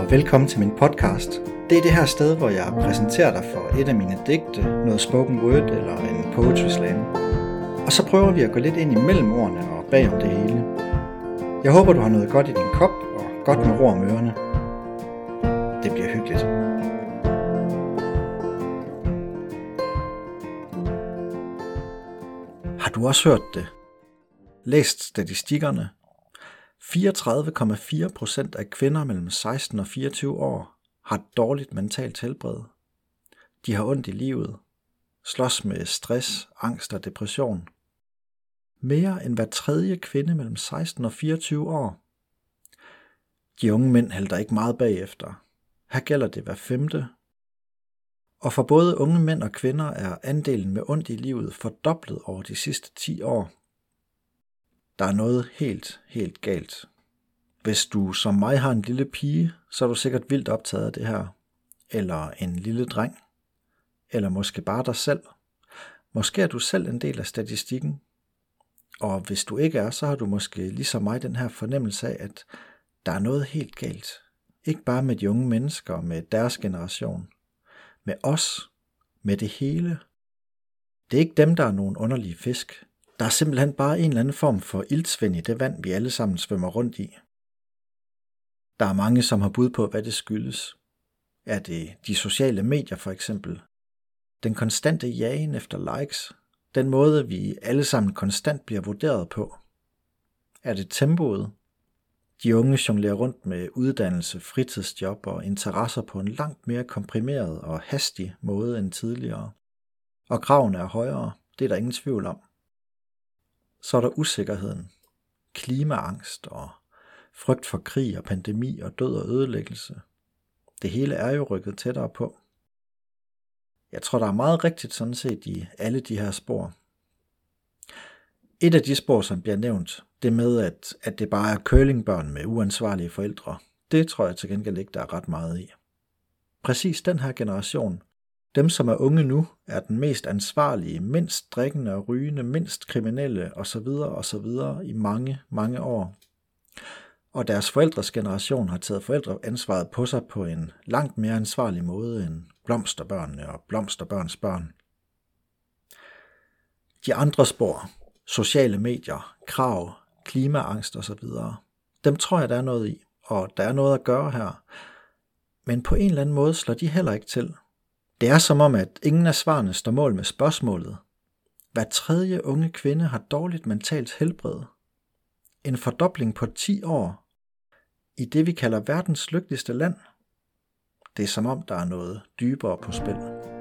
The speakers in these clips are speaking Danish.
Velkommen til min podcast. Det er det her sted, hvor jeg præsenterer dig for et af mine digte, noget spoken word eller en poetry slam. Og så prøver vi at gå lidt ind imellem ordene og bag om det hele. Jeg håber, du har noget godt i din kop og godt med ro om ørerne. Det bliver hyggeligt. Har du også hørt det? Læst statistikkerne? 34,4% af kvinder mellem 16 og 24 år har et dårligt mentalt helbred. De har ondt i livet, slås med stress, angst og depression. Mere end hver tredje kvinde mellem 16 og 24 år. De unge mænd halter ikke meget bagefter. Her gælder det hver femte. Og for både unge mænd og kvinder er andelen med ondt i livet fordoblet over de sidste 10 år. Der er noget helt galt. Hvis du som mig har en lille pige, så er du sikkert vildt optaget af det her. Eller en lille dreng. Eller måske bare dig selv. Måske er du selv en del af statistikken. Og hvis du ikke er, så har du måske ligesom mig den her fornemmelse af, at der er noget helt galt. Ikke bare med de unge mennesker, med deres generation. Med os. Med det hele. Det er ikke dem, der er nogen underlige fisk. Der er simpelthen bare en eller anden form for iltsvind i det vand, vi alle sammen svømmer rundt i. Der er mange, som har bud på, hvad det skyldes. Er det de sociale medier for eksempel? Den konstante jagen efter likes? Den måde, vi alle sammen konstant bliver vurderet på? Er det tempoet? De unge jonglerer rundt med uddannelse, fritidsjob og interesser på en langt mere komprimeret og hastig måde end tidligere. Og kravene er højere, det er der ingen tvivl om. Så er der usikkerheden, klimaangst og frygt for krig og pandemi og død og ødelæggelse. Det hele er jo rykket tættere på. Jeg tror, der er meget rigtigt sådan set i alle de her spor. Et af de spor, som bliver nævnt, det med, at det bare er curlingbørn med uansvarlige forældre, det tror jeg til gengæld ikke, der er ret meget i. Præcis den her generation, dem som er unge nu, er den mest ansvarlige, mindst drikkende og rygende, mindst kriminelle osv. i mange år. Og deres forældres generation har taget forældreansvaret på sig på en langt mere ansvarlig måde end blomsterbørnene og blomsterbørns børn. De andre spor, sociale medier, krav, klimaangst osv., dem tror jeg, der er noget i, og der er noget at gøre her. Men på en eller anden måde slår de heller ikke til. Det er som om, at ingen af svarene står mål med spørgsmålet. Hver tredje unge kvinde har dårligt mentalt helbred. En fordobling på 10 år i det, vi kalder verdens lykkeligste land. Det er som om, der er noget dybere på spil.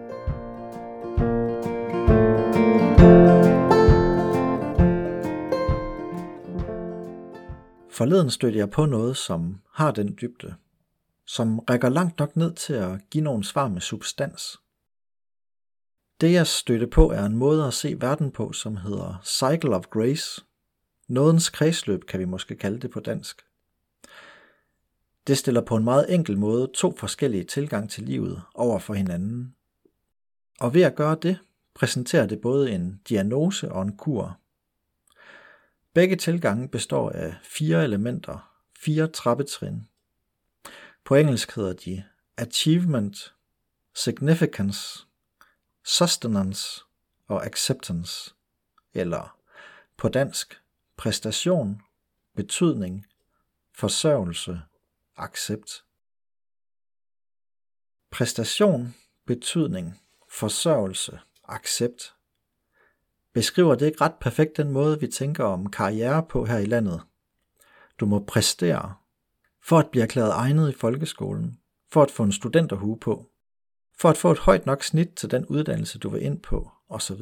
Forleden stødte jeg på noget, som har den dybde, som rækker langt nok ned til at give nogle svar med substans. Det jeg stødte på er en måde at se verden på, som hedder Cycle of Grace. Nådens kredsløb kan vi måske kalde det på dansk. Det stiller på en meget enkel måde 2 forskellige tilgang til livet over for hinanden. Og ved at gøre det, præsenterer det både en diagnose og en kur. Begge tilgange består af 4 elementer, 4 trappetrin. På engelsk hedder de achievement, significance, sustenance og acceptance, eller på dansk præstation, betydning, forsørgelse, accept. Præstation, betydning, forsørgelse, accept. Beskriver det ikke ret perfekt den måde, vi tænker om karriere på her i landet? Du må præstere for at blive erklæret egnet i folkeskolen, for at få en studenterhue på, for at få et højt nok snit til den uddannelse, du vil ind på, osv.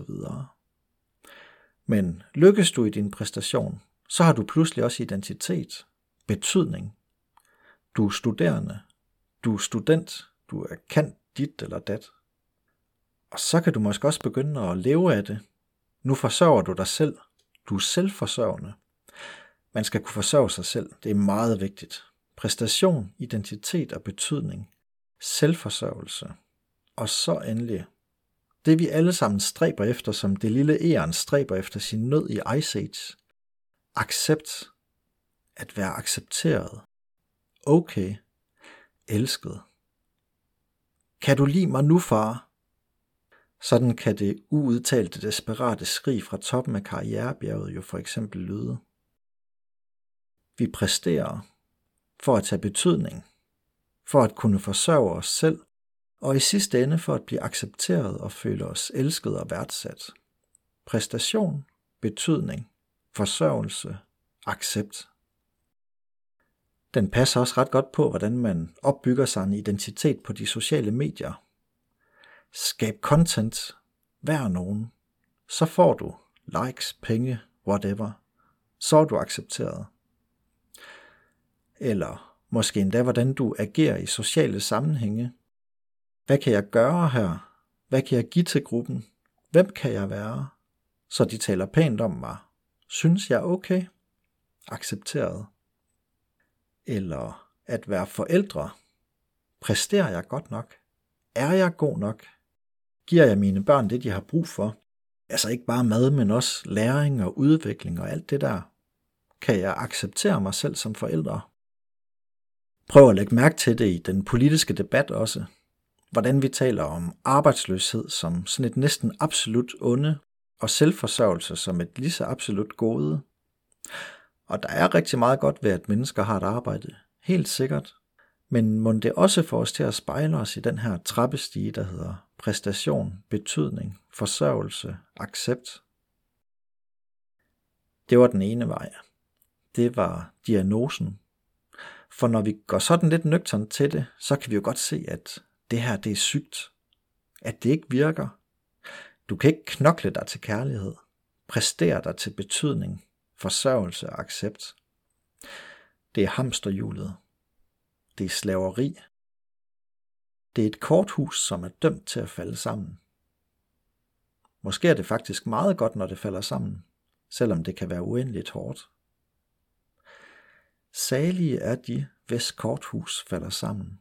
Men lykkes du i din præstation, så har du pludselig også identitet, betydning. Du er studerende, du er student, du er kan dit eller dat. Og så kan du måske også begynde at leve af det. Nu forsørger du dig selv, du er selvforsørgende. Man skal kunne forsørge sig selv, det er meget vigtigt. Præstation, identitet og betydning, selvforsørgelse. Og så endelig, det vi alle sammen stræber efter, som det lille egern stræber efter sin nød i Ice Age. Accept, at være accepteret. Okay, elsket. Kan du lide mig nu, far? Sådan kan det uudtalte desperate skrig fra toppen af karrierebjerget jo for eksempel lyde. Vi præsterer for at tage betydning, for at kunne forsørge os selv, og i sidste ende for at blive accepteret og føle os elsket og værdsat. Præstation, betydning, forsørgelse, accept. Den passer også ret godt på, hvordan man opbygger sig en identitet på de sociale medier. Skab content, vær nogen, så får du likes, penge, whatever. Så er du accepteret. Eller måske endda, hvordan du agerer i sociale sammenhænge. Hvad kan jeg gøre her? Hvad kan jeg give til gruppen? Hvem kan jeg være? Så de taler pænt om mig. Synes jeg okay? Accepteret. Eller at være forældre. Præsterer jeg godt nok? Er jeg god nok? Giver jeg mine børn det, de har brug for? Altså ikke bare mad, men også læring og udvikling og alt det der. Kan jeg acceptere mig selv som forælder? Prøv at lægge mærke til det i den politiske debat også. Hvordan vi taler om arbejdsløshed som sådan et næsten absolut onde, og selvforsørgelse som et lige så absolut gode. Og der er rigtig meget godt ved, at mennesker har et arbejde. Helt sikkert. Men må det også få os til at spejle os i den her trappestige, der hedder præstation, betydning, forsørgelse, accept. Det var den ene vej. Det var diagnosen. For når vi går sådan lidt nøgternt til det, så kan vi jo godt se, at det her det er sygt. At det ikke virker. Du kan ikke knokle dig til kærlighed. Præstere dig til betydning, forsørgelse og accept. Det er hamsterhjulet. Det er slaveri. Det er et korthus, som er dømt til at falde sammen. Måske er det faktisk meget godt, når det falder sammen, selvom det kan være uendeligt hårdt. Salige er de, hvis korthus falder sammen.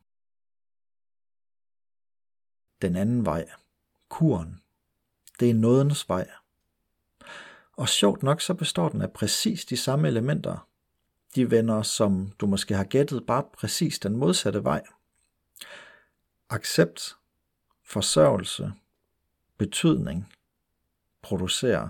Den anden vej, kuren, det er nådens vej. Og sjovt nok så består den af præcis de samme elementer. De vender, som du måske har gættet, bare præcis den modsatte vej. Accept, forsørgelse, betydning, producere.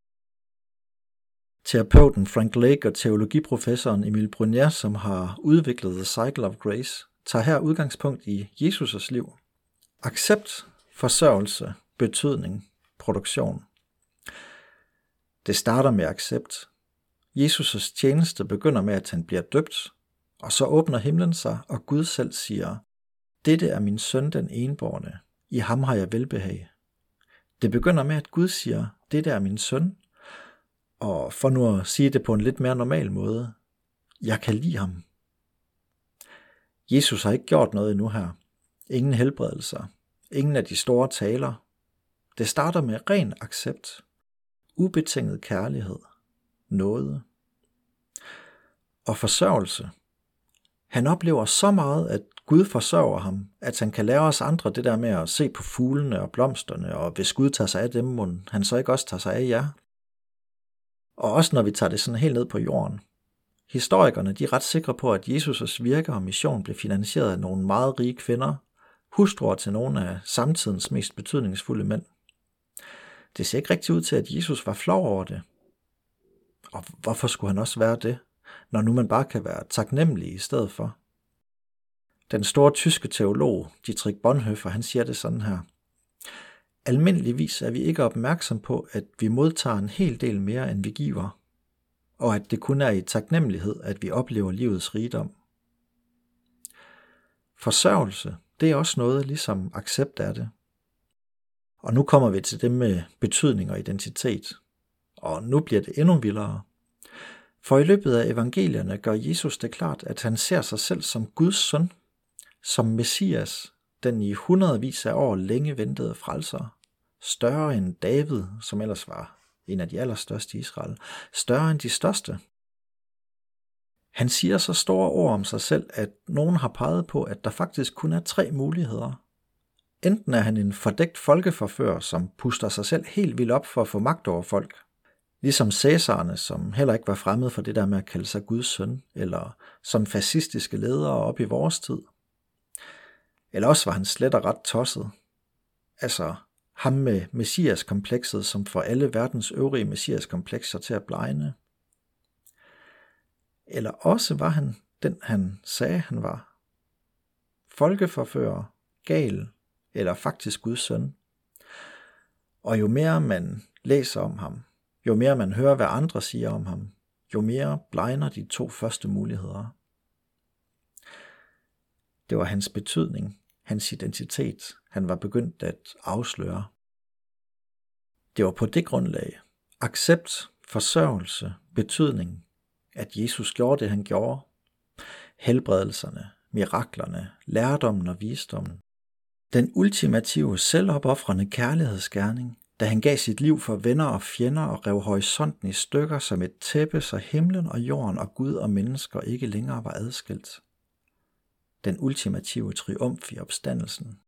Terapeuten Frank Lake og teologiprofessoren Emile Brunner, som har udviklet The Cycle of Grace, tager her udgangspunkt i Jesus' liv. Accept, forsørgelse, betydning, produktion. Det starter med accept. Jesus' tjeneste begynder med, at han bliver døbt, og så åbner himlen sig, og Gud selv siger, dette er min søn, den enbårne. I ham har jeg velbehag. Det begynder med, at Gud siger, dette er min søn, og for nu at sige det på en lidt mere normal måde, jeg kan lide ham. Jesus har ikke gjort noget endnu her. Ingen helbredelser. Ingen af de store taler. Det starter med ren accept. Ubetinget kærlighed. Nåde. Og forsørgelse. Han oplever så meget, at Gud forsørger ham, at han kan lære os andre det der med at se på fuglene og blomsterne, og hvis Gud tager sig af dem, må han så ikke også tager sig af jer. Og også når vi tager det sådan helt ned på jorden. Historikerne de er ret sikre på, at Jesus' virke og mission blev finansieret af nogle meget rige kvinder, hustruer til nogle af samtidens mest betydningsfulde mænd. Det ser ikke rigtig ud til, at Jesus var flov over det. Og hvorfor skulle han også være det, når nu man bare kan være taknemmelig i stedet for? Den store tyske teolog Dietrich Bonhoeffer, han siger det sådan her. Almindeligvis er vi ikke opmærksom på, at vi modtager en hel del mere, end vi giver, og at det kun er i taknemmelighed, at vi oplever livets rigdom. Forsørgelse, det er også noget, ligesom accept er det. Og nu kommer vi til det med betydning og identitet. Og nu bliver det endnu vildere. For i løbet af evangelierne gør Jesus det klart, at han ser sig selv som Guds søn, som Messias, den i hundredvis af år længe ventede frelser, større end David, som ellers var en af de allerstørste i Israel, større end de største. Han siger så store ord om sig selv, at nogen har peget på, at der faktisk kun er 3 muligheder. Enten er han en fordækt folkeforfører, som puster sig selv helt vildt op for at få magt over folk, ligesom Cæsarerne, som heller ikke var fremmede for det der med at kalde sig Guds søn, eller som fascistiske ledere op i vores tid. Eller også var han slet og ret tosset. Altså ham med messiaskomplekset, som får alle verdens øvrige messiaskomplekser til at blegne. Eller også var han den, han sagde, han var. Folkeforfører, gal eller faktisk Guds søn. Og jo mere man læser om ham, jo mere man hører, hvad andre siger om ham, jo mere blegner de 2 første muligheder. Det var hans betydning, hans identitet, han var begyndt at afsløre. Det var på det grundlag, accept, forsørgelse, betydning, at Jesus gjorde det, han gjorde. Helbredelserne, miraklerne, lærdommen og visdommen. Den ultimative selvopofrende kærlighedsgerning, da han gav sit liv for venner og fjender og rev horisonten i stykker som et tæppe, så himlen og jorden og Gud og mennesker ikke længere var adskilt. Den ultimative triumf i opstandelsen.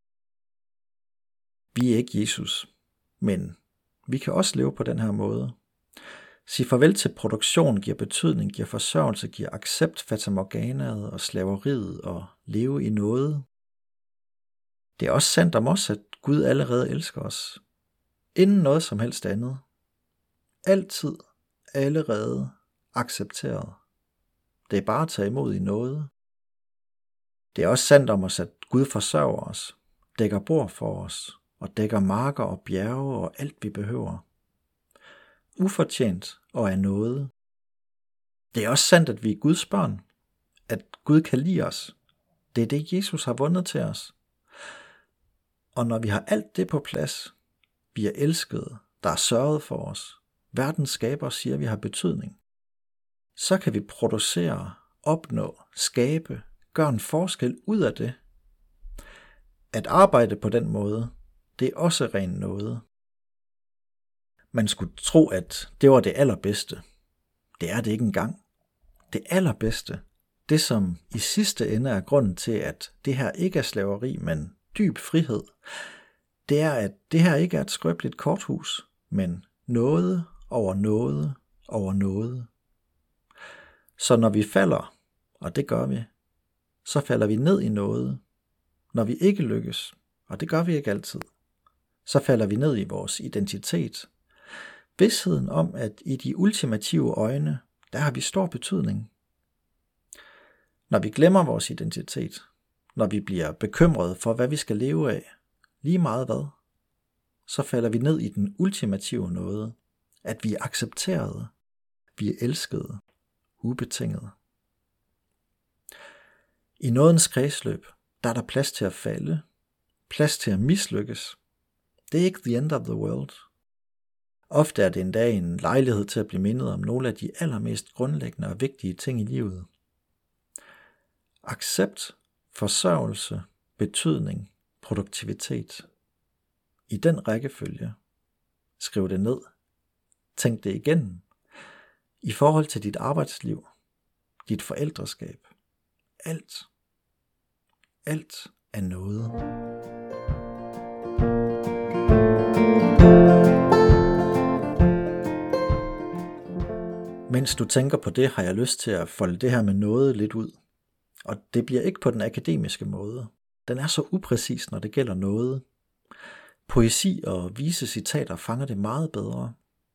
Vi er ikke Jesus, men vi kan også leve på den her måde. Sig farvel til produktion giver betydning, giver forsørgelse, giver accept, fatamorganaet og slaveriet og leve i noget. Det er også sandt om os, at Gud allerede elsker os. Inden noget som helst andet. Altid, allerede, accepteret. Det er bare at tage imod i noget. Det er også sandt om os, at Gud forsørger os, dækker bord for os, og dækker marker og bjerge og alt vi behøver. Ufortjent og af noget. Det er også sandt, at vi er Guds børn, at Gud kan lide os. Det er det, Jesus har vundet til os. Og når vi har alt det på plads, vi er elskede, der er sørget for os, verdens skaber siger, at vi har betydning, så kan vi producere, opnå, skabe, gøre en forskel ud af det. At arbejde på den måde, det er også ren noget. Man skulle tro, at det var det allerbedste. Det er det ikke engang. Det allerbedste, det som i sidste ende er grunden til, at det her ikke er slaveri, men dyb frihed, det er, at det her ikke er et skrøbeligt korthus, men noget over noget over noget. Så når vi falder, og det gør vi, så falder vi ned i noget. Når vi ikke lykkes, og det gør vi ikke altid, så falder vi ned i vores identitet. Vidsheden om, at i de ultimative øjne, der har vi stor betydning. Når vi glemmer vores identitet, når vi bliver bekymrede for, hvad vi skal leve af, lige meget hvad, så falder vi ned i den ultimative noget, at vi er accepterede, vi er elskede, ubetinget. I nådens kredsløb, der er der plads til at falde, plads til at mislykkes. Det er ikke the end of the world. Ofte er det endda en lejlighed til at blive mindet om nogle af de allermest grundlæggende og vigtige ting i livet. Accept, forsørgelse, betydning, produktivitet. I den rækkefølge. Skriv det ned. Tænk det igennem. I forhold til dit arbejdsliv, dit forældreskab. Alt. Alt er noget. Mens du tænker på det, har jeg lyst til at folde det her med noget lidt ud. Og det bliver ikke på den akademiske måde. Den er så upræcis, når det gælder noget. Poesi og vise citater fanger det meget bedre.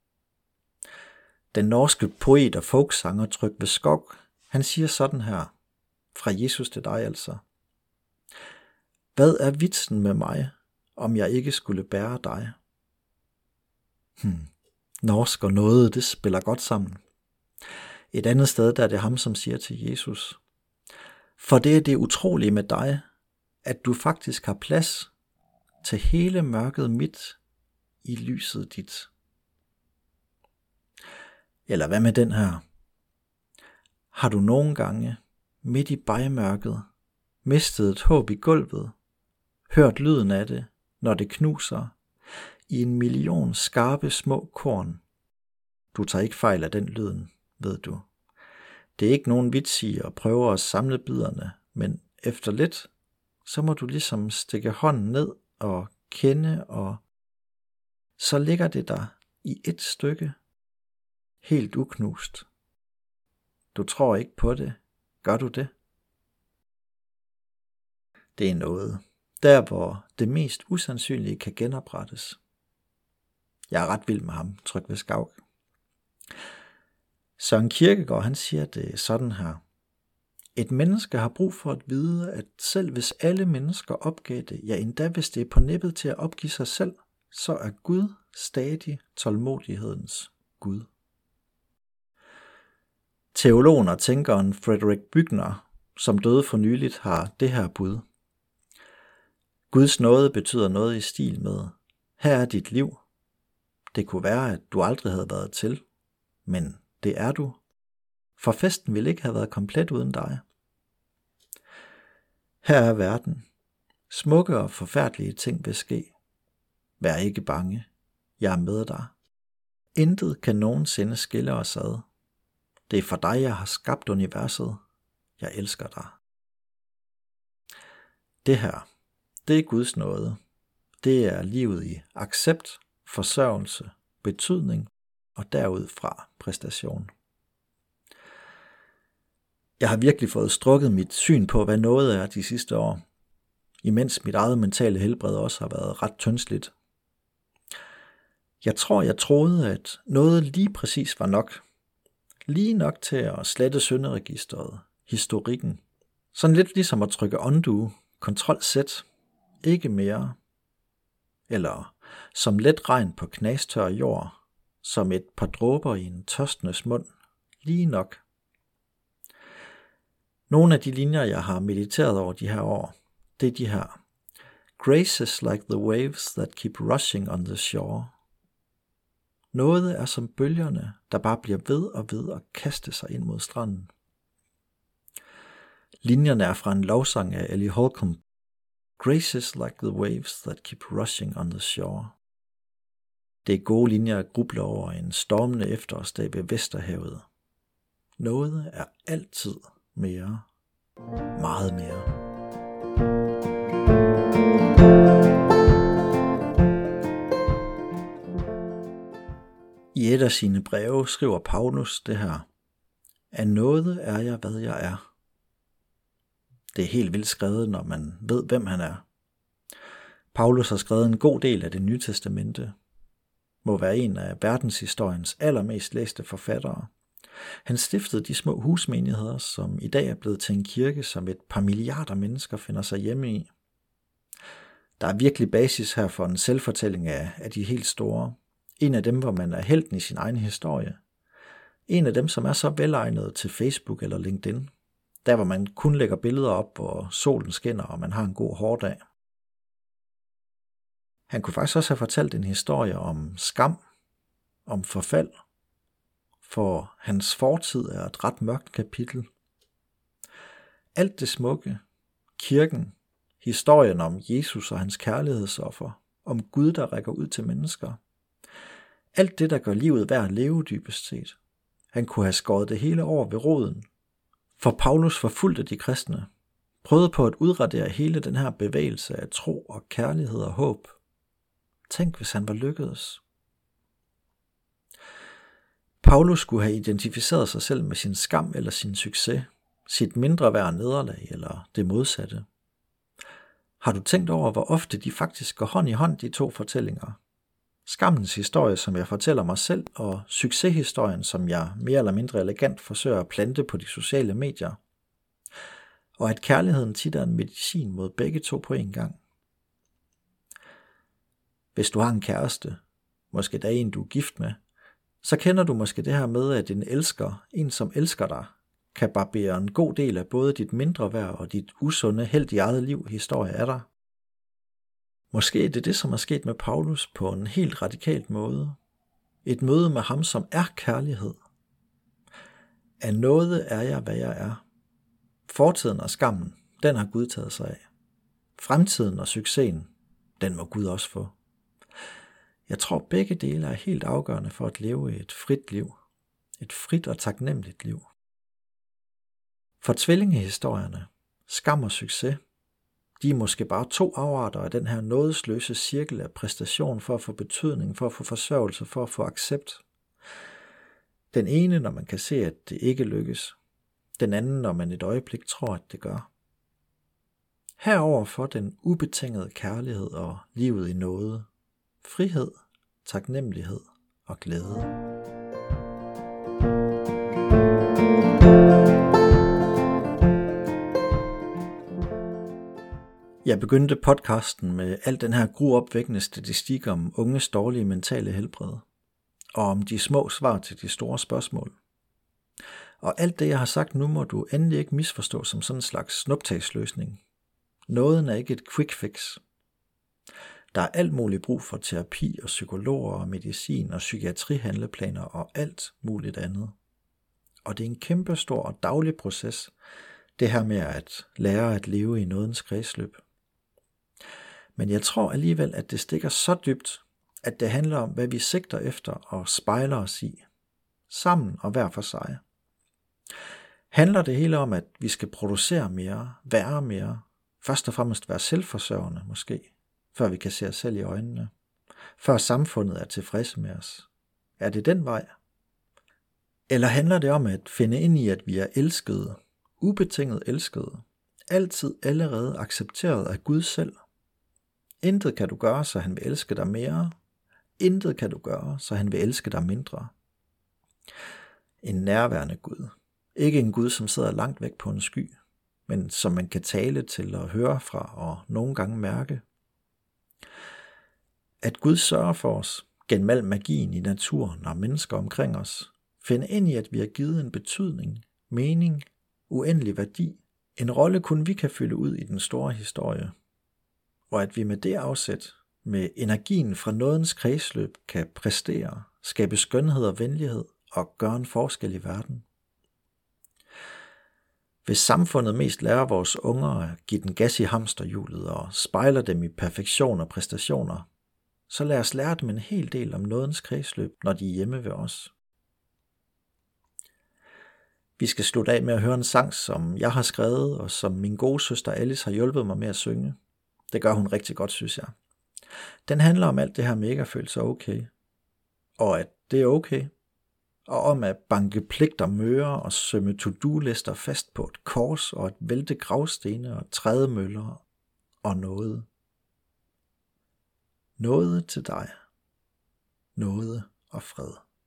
Den norske poet og folksanger Trygve Skog, han siger sådan her, fra Jesus til dig altså. Hvad er vitsen med mig, om jeg ikke skulle bære dig? Norsk og noget, det spiller godt sammen. Et andet sted, der er det ham, som siger til Jesus, for det er det utrolige med dig, at du faktisk har plads til hele mørket mit i lyset dit. Eller hvad med den her? Har du nogle gange midt i bajmørket mistet et håb i gulvet, hørt lyden af det, når det knuser, i 1 million skarpe små korn? Du tager ikke fejl af den lyden, ved du. Det er ikke nogen vits i at prøve at samle biderne, men efter lidt, så må du ligesom stikke hånden ned og kende, og så ligger det der i et stykke, helt uknust. Du tror ikke på det, gør du det? Det er noget. Der, hvor det mest usandsynlige kan genoprettes. Jeg er ret vild med ham, Trygve Skauge. Søren Kierkegaard, han siger det sådan her. Et menneske har brug for at vide, at selv hvis alle mennesker opgav det, ja endda hvis det er på nippet til at opgive sig selv, så er Gud stadig tålmodighedens Gud. Teologen og tænkeren Frederik Büchner, som døde for nyligt, har det her bud. Guds nåde betyder noget i stil med, her er dit liv. Det kunne være, at du aldrig havde været til, men det er du. For festen ville ikke have været komplet uden dig. Her er verden. Smukke og forfærdelige ting vil ske. Vær ikke bange. Jeg er med dig. Intet kan nogensinde skille os ad. Det er for dig, jeg har skabt universet. Jeg elsker dig. Det her, det er Guds nåde. Det er livet i accept, forsørgelse, betydning og derudfra præstation. Jeg har virkelig fået strukket mit syn på, hvad noget er de sidste år, imens mit eget mentale helbred også har været ret tyndsligt. Jeg troede, at noget lige præcis var nok. Lige nok til at slette synderegisteret, historikken. Sådan lidt ligesom at trykke undo, Ctrl-Z, ikke mere. Eller som let regn på knastør jord, som et par dråber i en tørstnes mund, lige nok. Nogle af de linjer, jeg har mediteret over de her år, det er de her. Graces like the waves that keep rushing on the shore. Noget er som bølgerne, der bare bliver ved at kaste sig ind mod stranden. Linjerne er fra en lovsang af Ellie Holcomb. Graces like the waves that keep rushing on the shore. Det er gode linjer at gruble over en stormende efterårsdag ved Vesterhavet. Noget er altid mere. Meget mere. I et af sine breve skriver Paulus det her. Af nåde er jeg, hvad jeg er. Det er helt vildt skrevet, når man ved, hvem han er. Paulus har skrevet en god del af Det Nye Testamente. Må være en af verdenshistoriens allermest læste forfattere. Han stiftede de små husmenigheder, som i dag er blevet til en kirke, som et par milliarder mennesker finder sig hjemme i. Der er virkelig basis her for en selvfortælling af de helt store. En af dem, hvor man er helten i sin egen historie. En af dem, som er så velegnet til Facebook eller LinkedIn. Der, hvor man kun lægger billeder op, hvor solen skinner, og man har en god hårdag. Han kunne faktisk også have fortalt en historie om skam, om forfald, for hans fortid er et ret mørkt kapitel. Alt det smukke, kirken, historien om Jesus og hans kærlighedsoffer, om Gud, der rækker ud til mennesker. Alt det, der gør livet værd at leve dybest set. Han kunne have skåret det hele over ved roden. For Paulus forfulgte de kristne, prøvede på at udradere hele den her bevægelse af tro og kærlighed og håb. Tænk, hvis han var lykkedes. Paulus skulle have identificeret sig selv med sin skam eller sin succes, sit mindre værd nederlag eller det modsatte. Har du tænkt over, hvor ofte de faktisk går hånd i hånd, de to fortællinger? Skammens historie, som jeg fortæller mig selv, og succeshistorien, som jeg mere eller mindre elegant forsøger at plante på de sociale medier. Og at kærligheden tit er en medicin mod begge to på en gang. Hvis du har en kæreste, måske der er en, du er gift med, så kender du måske det her med, at en elsker, en som elsker dig, kan barbere en god del af både dit mindre værd og dit usunde held i eget liv historie af dig. Måske er det det, som er sket med Paulus på en helt radikalt måde. Et møde med ham, som er kærlighed. Af nåde er jeg, hvad jeg er. Fortiden og skammen, den har Gud taget sig af. Fremtiden og succesen, den må Gud også få. Jeg tror, begge dele er helt afgørende for at leve et frit liv. Et frit og taknemmeligt liv. For tvillingehistorierne, skam og succes, de er måske bare to afarter af den her nådesløse cirkel af præstation for at få betydning, for at få forsørgelse, for at få accept. Den ene, når man kan se, at det ikke lykkes. Den anden, når man et øjeblik tror, at det gør. Herover for den ubetingede kærlighed og livet i nåde, frihed, taknemmelighed og glæde. Jeg begyndte podcasten med al den her gruopvækkende statistik om unges dårlige mentale helbred, og om de små svar til de store spørgsmål. Og alt det, jeg har sagt nu, må du endelig ikke misforstå som sådan en slags snuptagsløsning. Nåden er ikke et quick fix. Der er alt muligt brug for terapi og psykologer og medicin og psykiatrihandleplaner og alt muligt andet. Og det er en kæmpe stor og daglig proces, det her med at lære at leve i nådens kredsløb. Men jeg tror alligevel, at det stikker så dybt, at det handler om, hvad vi sigter efter og spejler os i, sammen og hver for sig. Handler det hele om, at vi skal producere mere, være mere, først og fremmest være selvforsørgende måske, før vi kan se os selv i øjnene, før samfundet er tilfredse med os? Er det den vej? Eller handler det om at finde ind i, at vi er elskede, ubetinget elskede, altid allerede accepteret af Gud selv? Intet kan du gøre, så han vil elske dig mere. Intet kan du gøre, så han vil elske dig mindre. En nærværende Gud. Ikke en Gud, som sidder langt væk på en sky, men som man kan tale til og høre fra og nogle gange mærke. At Gud sørger for os gennem al magien i naturen og mennesker omkring os, finde ind i, at vi har givet en betydning, mening, uendelig værdi, en rolle kun vi kan fylde ud i den store historie, og at vi med det afsæt, med energien fra nådens kredsløb, kan præstere, skabe skønhed og venlighed og gøre en forskel i verden. Hvis samfundet mest lærer vores unger at give den gas i hamsterhjulet og spejler dem i perfektion og præstationer, så lad os lære dem en hel del om nådens kredsløb, når de er hjemme ved os. Vi skal slutte af med at høre en sang, som jeg har skrevet, og som min gode søster Alice har hjulpet mig med at synge. Det gør hun rigtig godt, synes jeg. Den handler om alt det her med ikke at føle sig okay, og at det er okay, og om at banke pligter mører og sømme to-do-lister fast på et kors og at vælte gravstene og trædemøller og noget. Noget til dig. Noget og fred.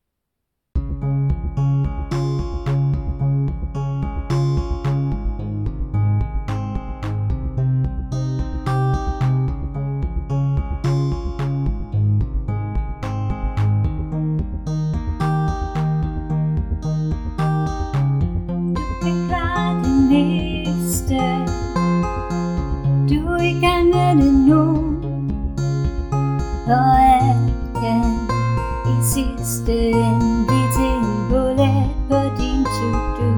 Du er i gang med det nu, og alt kan i sidste ende blive til en bullet på din to-do.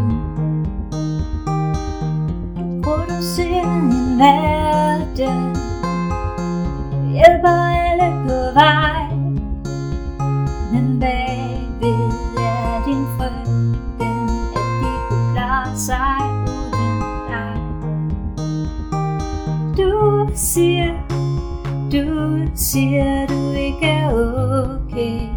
Du producerer en verden, hjælper alle på vej, men bagved er din frygten, at de kunne klare sig uden dig. Du siger du ikke er okay,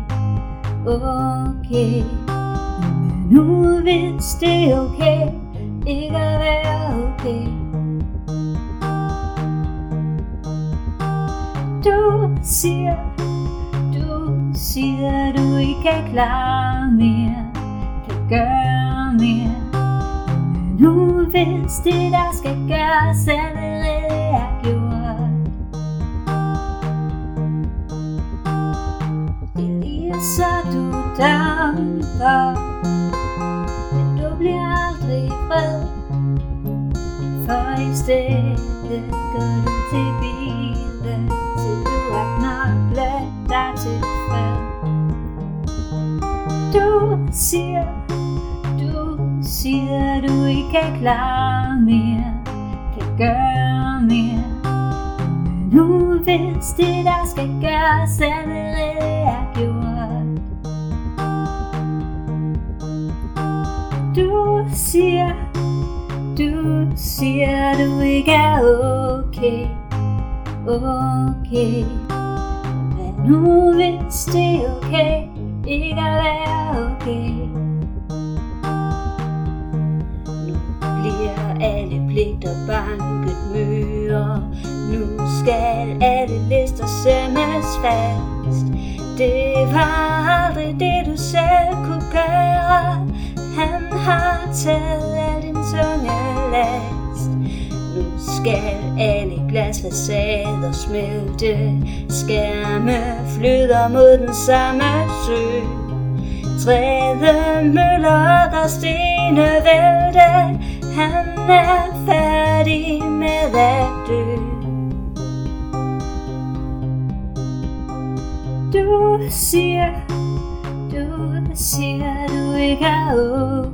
okay. Men nu hvis det er okay, ikke at være okay. Du siger du ikke kan klare mere, kan gøre mere. Men nu hvis det der skal gøres allerede er gjort. Så du damper, men du bliver aldrig fred. For i stedet går du til bilen, til du har knoklet dig til fred. Du siger du ikke kan klare mere, kan gøre mere. Men nu hvis det der skal gøres allerede er gjort. Du siger du ikke er okay, okay. Men nu hvis det er okay, ikke at være okay. Nu bliver alle pligter banket mører fast. Det var aldrig det du selv kunne gøre. Han har taget al din tunge last. Nu skal alle glasfacader smelte. Skærme flyder mod den samme sø. Trædemøller og stene vælte. Han er færdig med at dø. Du siger du ikke er okay.